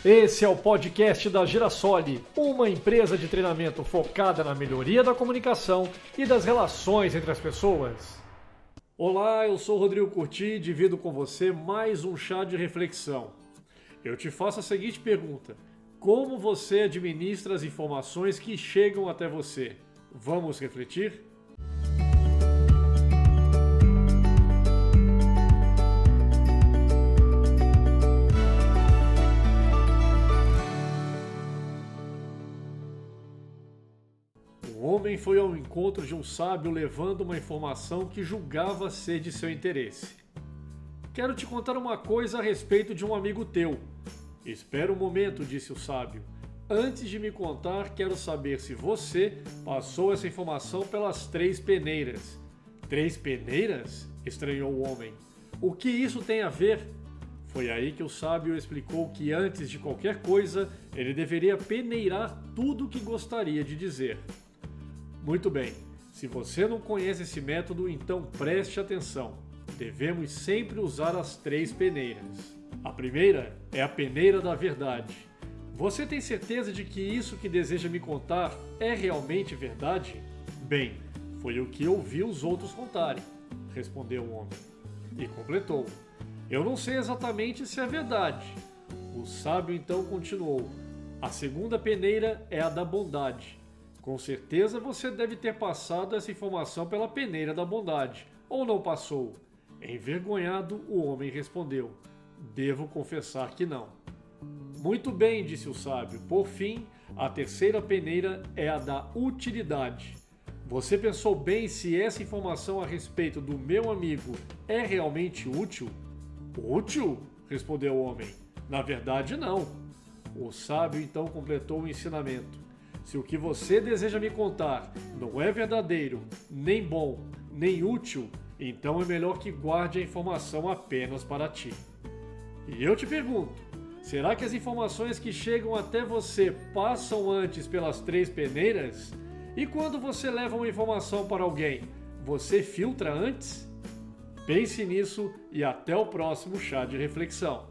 Esse é o podcast da Girassoli, uma empresa de treinamento focada na melhoria da comunicação e das relações entre as pessoas. Olá, eu sou o Rodrigo Curti e divido com você mais um chá de reflexão. Eu te faço a seguinte pergunta: como você administra as informações que chegam até você? Vamos refletir? Um homem foi ao encontro de um sábio levando uma informação que julgava ser de seu interesse. Quero te contar uma coisa a respeito de um amigo teu. Espera um momento, disse o sábio. Antes de me contar, quero saber se você passou essa informação pelas 3 peneiras. 3 peneiras? Estranhou o homem. O que isso tem a ver? Foi aí que o sábio explicou que antes de qualquer coisa, ele deveria peneirar tudo o que gostaria de dizer. Muito bem, se você não conhece esse método, então preste atenção. Devemos sempre usar as 3 peneiras. A primeira é a peneira da verdade. Você tem certeza de que isso que deseja me contar é realmente verdade? Bem, foi o que ouvi os outros contarem, respondeu o homem. E completou: eu não sei exatamente se é verdade. O sábio então continuou: a segunda peneira é a da bondade. Com certeza você deve ter passado essa informação pela peneira da bondade, ou não passou? Envergonhado, o homem respondeu: devo confessar que não. Muito bem, disse o sábio. Por fim, a terceira peneira é a da utilidade. Você pensou bem se essa informação a respeito do meu amigo é realmente útil? Útil? Respondeu o homem. Na verdade, não. O sábio então completou o ensinamento. Se o que você deseja me contar não é verdadeiro, nem bom, nem útil, então é melhor que guarde a informação apenas para ti. E eu te pergunto, será que as informações que chegam até você passam antes pelas 3 peneiras? E quando você leva uma informação para alguém, você filtra antes? Pense nisso e até o próximo chá de reflexão.